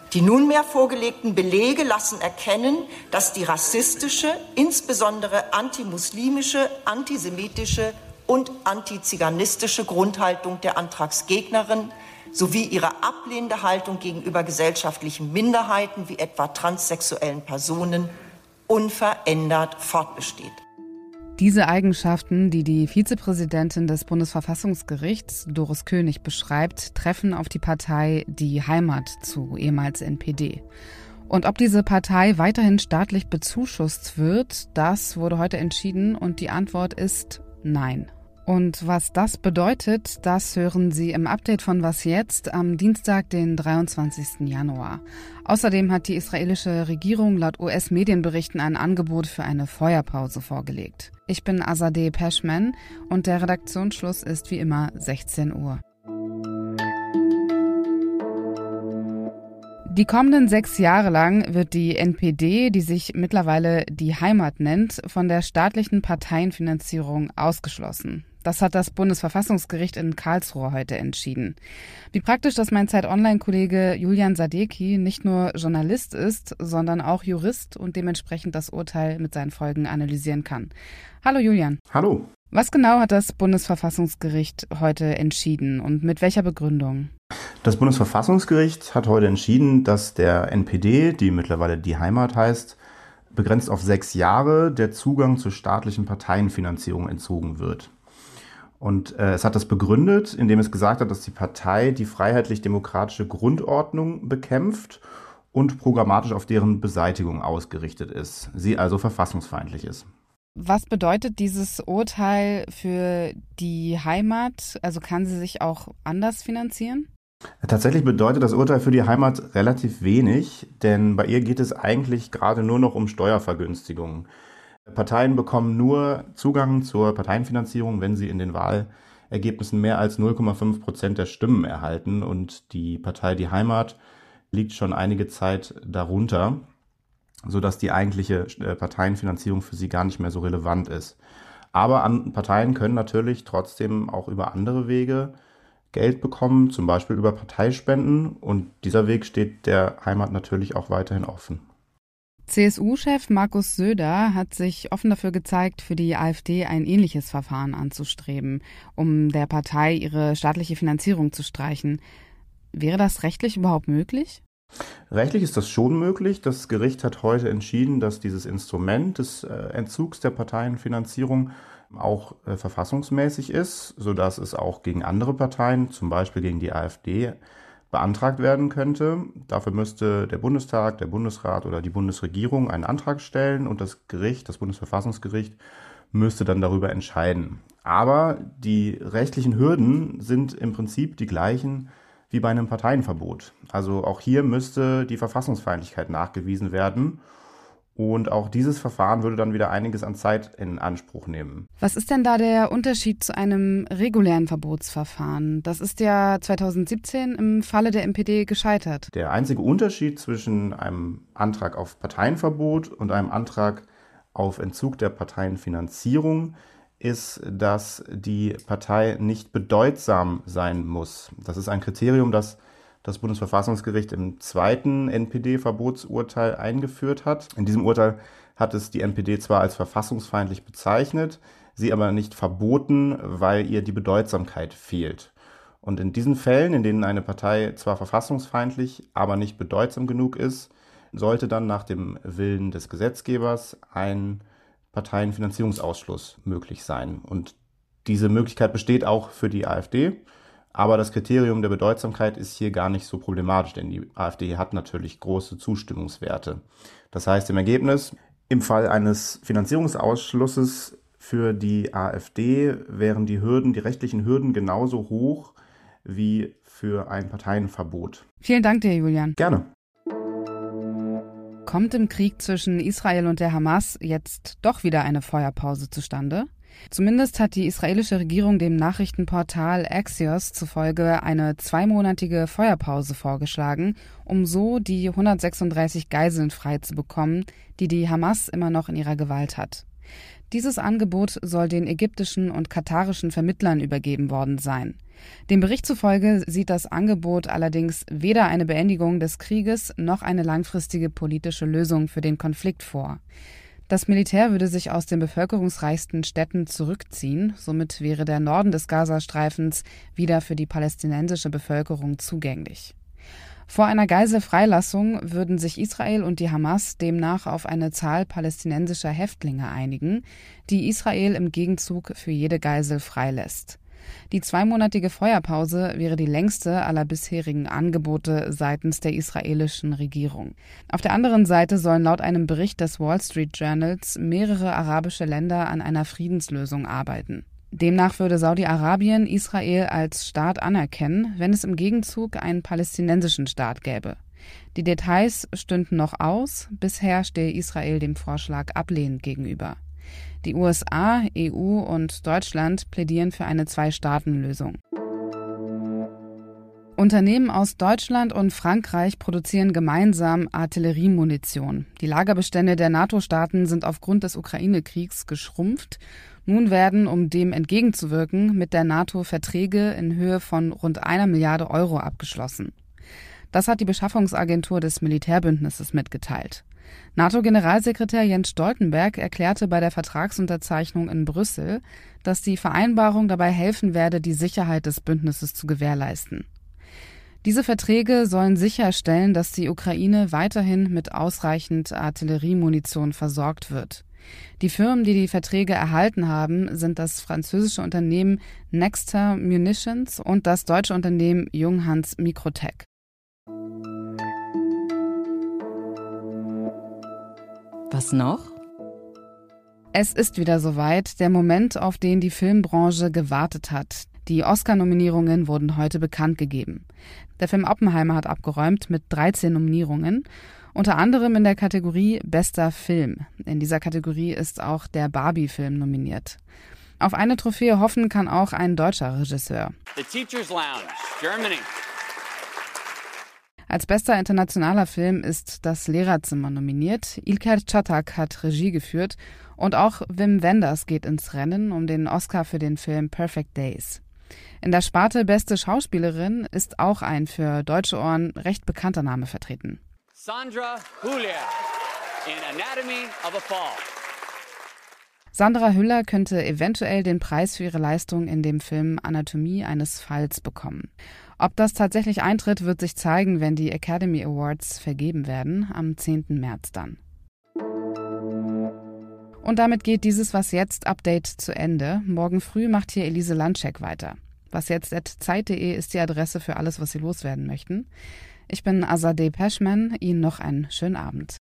Die nunmehr vorgelegten Belege lassen erkennen, dass die rassistische, insbesondere antimuslimische, antisemitische und antiziganistische Grundhaltung der Antragsgegnerin sowie ihre ablehnende Haltung gegenüber gesellschaftlichen Minderheiten wie etwa transsexuellen Personen unverändert fortbesteht. Diese Eigenschaften, die die Vizepräsidentin des Bundesverfassungsgerichts, Doris König, beschreibt, treffen auf die Partei Die Heimat zu, ehemals NPD. Und ob diese Partei weiterhin staatlich bezuschusst wird, das wurde heute entschieden und die Antwort ist nein. Und was das bedeutet, das hören Sie im Update von Was jetzt am Dienstag, den 23. Januar. Außerdem hat die israelische Regierung laut US-Medienberichten ein Angebot für eine Feuerpause vorgelegt. Ich bin Azadeh Peschman und der Redaktionsschluss ist wie immer 16 Uhr. Die kommenden 6 Jahre lang wird die NPD, die sich mittlerweile Die Heimat nennt, von der staatlichen Parteienfinanzierung ausgeschlossen. Das hat das Bundesverfassungsgericht in Karlsruhe heute entschieden. Wie praktisch, dass mein Zeit-Online-Kollege Julian Sadeki nicht nur Journalist ist, sondern auch Jurist und dementsprechend das Urteil mit seinen Folgen analysieren kann. Hallo Julian. Hallo. Was genau hat das Bundesverfassungsgericht heute entschieden und mit welcher Begründung? Das Bundesverfassungsgericht hat heute entschieden, dass der NPD, die mittlerweile Die Heimat heißt, begrenzt auf 6 Jahre der Zugang zur staatlichen Parteienfinanzierung entzogen wird. Und es hat das begründet, indem es gesagt hat, dass die Partei die freiheitlich-demokratische Grundordnung bekämpft und programmatisch auf deren Beseitigung ausgerichtet ist. Sie also verfassungsfeindlich ist. Was bedeutet dieses Urteil für Die Heimat? Also kann sie sich auch anders finanzieren? Tatsächlich bedeutet das Urteil für Die Heimat relativ wenig, denn bei ihr geht es eigentlich gerade nur noch um Steuervergünstigungen. Parteien bekommen nur Zugang zur Parteienfinanzierung, wenn sie in den Wahlergebnissen mehr als 0,5% der Stimmen erhalten. Und die Partei Die Heimat liegt schon einige Zeit darunter, sodass die eigentliche Parteienfinanzierung für sie gar nicht mehr so relevant ist. Aber Parteien können natürlich trotzdem auch über andere Wege Geld bekommen, zum Beispiel über Parteispenden. Und dieser Weg steht der Heimat natürlich auch weiterhin offen. CSU-Chef Markus Söder hat sich offen dafür gezeigt, für die AfD ein ähnliches Verfahren anzustreben, um der Partei ihre staatliche Finanzierung zu streichen. Wäre das rechtlich überhaupt möglich? Rechtlich ist das schon möglich. Das Gericht hat heute entschieden, dass dieses Instrument des Entzugs der Parteienfinanzierung auch verfassungsmäßig ist, sodass es auch gegen andere Parteien, zum Beispiel gegen die AfD, beantragt werden könnte. Dafür müsste der Bundestag, der Bundesrat oder die Bundesregierung einen Antrag stellen und das Gericht, das Bundesverfassungsgericht, müsste dann darüber entscheiden. Aber die rechtlichen Hürden sind im Prinzip die gleichen wie bei einem Parteienverbot. Also auch hier müsste die Verfassungsfeindlichkeit nachgewiesen werden. Und auch dieses Verfahren würde dann wieder einiges an Zeit in Anspruch nehmen. Was ist denn da der Unterschied zu einem regulären Verbotsverfahren? Das ist ja 2017 im Falle der NPD gescheitert. Der einzige Unterschied zwischen einem Antrag auf Parteienverbot und einem Antrag auf Entzug der Parteienfinanzierung ist, dass die Partei nicht bedeutsam sein muss. Das ist ein Kriterium, das das Bundesverfassungsgericht im zweiten NPD-Verbotsurteil eingeführt hat. In diesem Urteil hat es die NPD zwar als verfassungsfeindlich bezeichnet, sie aber nicht verboten, weil ihr die Bedeutsamkeit fehlt. Und in diesen Fällen, in denen eine Partei zwar verfassungsfeindlich, aber nicht bedeutsam genug ist, sollte dann nach dem Willen des Gesetzgebers ein Parteienfinanzierungsausschluss möglich sein. Und diese Möglichkeit besteht auch für die AfD. Aber das Kriterium der Bedeutsamkeit ist hier gar nicht so problematisch, denn die AfD hat natürlich große Zustimmungswerte. Das heißt im Ergebnis, im Fall eines Finanzierungsausschlusses für die AfD wären die rechtlichen Hürden genauso hoch wie für ein Parteienverbot. Vielen Dank dir, Julian. Gerne. Kommt im Krieg zwischen Israel und der Hamas jetzt doch wieder eine Feuerpause zustande? Zumindest hat die israelische Regierung dem Nachrichtenportal Axios zufolge eine 2-monatige Feuerpause vorgeschlagen, um so die 136 Geiseln frei zu bekommen, die die Hamas immer noch in ihrer Gewalt hat. Dieses Angebot soll den ägyptischen und katarischen Vermittlern übergeben worden sein. Dem Bericht zufolge sieht das Angebot allerdings weder eine Beendigung des Krieges noch eine langfristige politische Lösung für den Konflikt vor. Das Militär würde sich aus den bevölkerungsreichsten Städten zurückziehen, somit wäre der Norden des Gazastreifens wieder für die palästinensische Bevölkerung zugänglich. Vor einer Geiselfreilassung würden sich Israel und die Hamas demnach auf eine Zahl palästinensischer Häftlinge einigen, die Israel im Gegenzug für jede Geisel freilässt. Die 2-monatige Feuerpause wäre die längste aller bisherigen Angebote seitens der israelischen Regierung. Auf der anderen Seite sollen laut einem Bericht des Wall Street Journals mehrere arabische Länder an einer Friedenslösung arbeiten. Demnach würde Saudi-Arabien Israel als Staat anerkennen, wenn es im Gegenzug einen palästinensischen Staat gäbe. Die Details stünden noch aus, bisher stehe Israel dem Vorschlag ablehnend gegenüber. Die USA, EU und Deutschland plädieren für eine 2-Staaten-Lösung. Unternehmen aus Deutschland und Frankreich produzieren gemeinsam Artilleriemunition. Die Lagerbestände der NATO-Staaten sind aufgrund des Ukraine-Kriegs geschrumpft. Nun werden, um dem entgegenzuwirken, mit der NATO Verträge in Höhe von rund 1 Milliarde Euro abgeschlossen. Das hat die Beschaffungsagentur des Militärbündnisses mitgeteilt. NATO-Generalsekretär Jens Stoltenberg erklärte bei der Vertragsunterzeichnung in Brüssel, dass die Vereinbarung dabei helfen werde, die Sicherheit des Bündnisses zu gewährleisten. Diese Verträge sollen sicherstellen, dass die Ukraine weiterhin mit ausreichend Artilleriemunition versorgt wird. Die Firmen, die die Verträge erhalten haben, sind das französische Unternehmen Nexter Munitions und das deutsche Unternehmen Junghans Mikrotech. Was noch? Es ist wieder soweit, der Moment, auf den die Filmbranche gewartet hat. Die Oscar-Nominierungen wurden heute bekannt gegeben. Der Film Oppenheimer hat abgeräumt mit 13 Nominierungen, unter anderem in der Kategorie Bester Film. In dieser Kategorie ist auch der Barbie-Film nominiert. Auf eine Trophäe hoffen kann auch ein deutscher Regisseur. The Teachers Lounge, Germany. Als bester internationaler Film ist Das Lehrerzimmer nominiert. İlker Çatak hat Regie geführt und auch Wim Wenders geht ins Rennen um den Oscar für den Film Perfect Days. In der Sparte Beste Schauspielerin ist auch ein für deutsche Ohren recht bekannter Name vertreten. Sandra Hüller in Anatomy of a Fall. Sandra Hüller könnte eventuell den Preis für ihre Leistung in dem Film Anatomie eines Falls bekommen. Ob das tatsächlich eintritt, wird sich zeigen, wenn die Academy Awards vergeben werden, am 10. März dann. Und damit geht dieses Was Jetzt Update zu Ende. Morgen früh macht hier Elise Landcheck weiter. wasjetzt@zeit.de ist die Adresse für alles, was Sie loswerden möchten. Ich bin Azadeh Peschman. Ihnen noch einen schönen Abend.